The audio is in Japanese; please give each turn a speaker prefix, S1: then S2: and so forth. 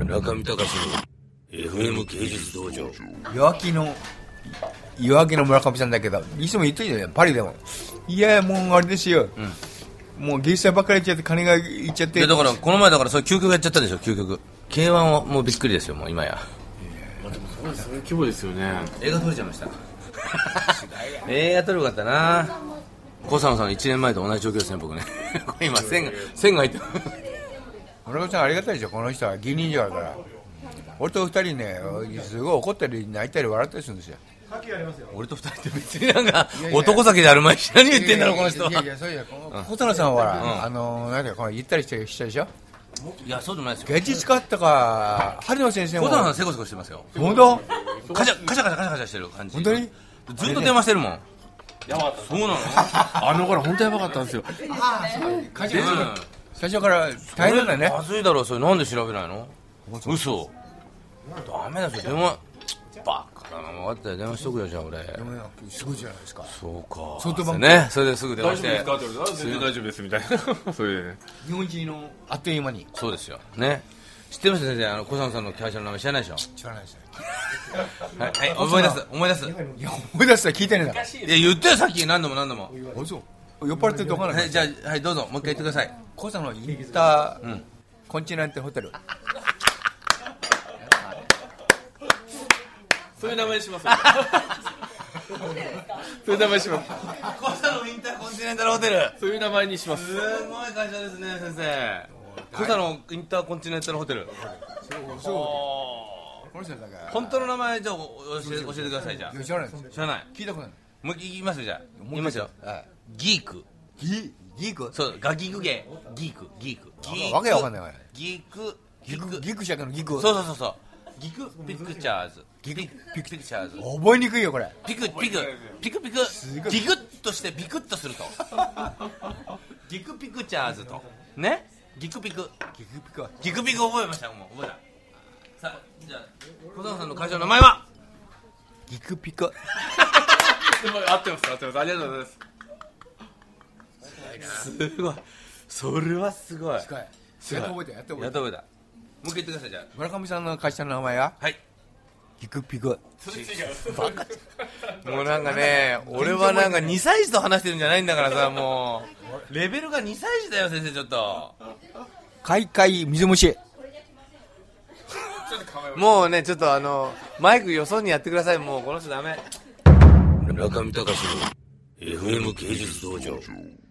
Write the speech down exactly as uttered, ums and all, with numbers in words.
S1: 中見隆の エフエム 芸術道場。
S2: 弱気の弱気の村上さんだけど、いつも言ってるじゃん、パリでも。いやもうあれですよ、うん、もう芸術祭ばっかりやっちゃって金がいっちゃって。
S1: だからこの前だからそういう究極やっちゃったでしょ。究極 ケーワン はもうびっくりですよ、もう今や。
S3: まあ、でもそうです、そういう規模ですよね。
S1: 映画撮れちゃいました映画撮るかったな。小佐野さんいちねんまえと同じ状況ですね、僕ね今線が線が入ってる
S2: 村上さんありがたいでしょ、この人は芸人じゃから俺と二人ね、すごい怒ったり泣いたり笑ったりするんですよ。
S1: 俺と二人って別になんか男酒である前に何言ってんだろうこの人は。
S2: いやいやそういや、小佐野さんは、うん、あのなんだかこの言ったりしてる人でしょ。
S1: いやそうでもないですよ。
S2: 芸術家とか春野先生も
S1: 小佐野さんせこせこしてますよ。
S2: 本当
S1: カチャカチャカチャカチャカチャしてる感じ。
S2: 本当に
S1: ずっと電話してるもん。
S3: やばかった。
S1: そうなの
S3: あの頃本当やばかったんですよ。
S2: ああそうカチャ、うん、最初から大変なんだね。
S1: まずいだろそれ。なんで調べないの。嘘ダメだよ電話。バカだな。分かったよ電話しとくよ。じゃあ俺
S2: すぐじゃないですか。
S1: そうか
S2: ソフトバンク
S1: ね。それですぐ電話して
S3: 大丈夫ですかって言われたら全然大丈夫ですみたいなそういうね、
S2: 日本人のあっという間に。
S1: そうですよね。知ってます先生、あの小佐野さんの会社の名前知らないでしょ。
S2: 知らないですね
S1: はい、はい、思い出す思い出す。
S2: いや思い出したら聞いてねえだろ。
S1: いや言ったよさっき何度も何度も。
S2: そう酔っ払ってると分からない。
S1: はいじゃあはいどうぞもう一回言ってください。
S2: 小佐野インター、うん、コンチネンタルホテル
S3: そういう名前にしますそういう名前にします。
S1: 小佐野インターコンチネンタルホテル、
S3: そういう名前にします。
S1: すごい会社ですね先生。小佐野インターコンチネンタルホテル。
S2: そうそうこの人だから
S1: 本当の名前じゃあ教え教えてください。じゃあ
S2: 知らないです。
S1: 知らない。
S2: 聞いたことない。
S1: もう一回言いますよ。じゃあ言いますよ。ギーク。
S2: ギギーク。
S1: そうガギグゲギークギークギーク
S2: わけわかんないわ。
S1: ギーク
S2: ギクギクシャクのギク。
S1: そうそうそうそうギクピクチャーズギクピクチャーズ。
S2: 覚えにくいよこれ。
S1: ピクピクピクピクギクッとしてピクッとするとギクピクチャーズとね。ギクピク
S2: ギクピク
S1: ギクピク覚えました。もう覚えた。さあじゃあ小佐野さんの会社の名前は
S2: ギクピク
S3: 合ってます合ってます。ありがとうございます。
S1: すごい。それはすごい。
S2: すごい。やっと覚えたやっと覚えた。
S1: やっと覚えた。もう一回言ってください。じゃあ
S2: 村上さんの会社の名前は
S1: はい
S2: ギクピク。
S1: バカもうなんかね俺はなんかにさい児と話してるんじゃないんだからさ。もうレベルがにさい児だよ先生。ちょっと
S2: カイカイ水虫。
S1: もうねちょっとあのマイクよそにやってください。もうこの人ダメ。中見隆の エフエム 芸術道場。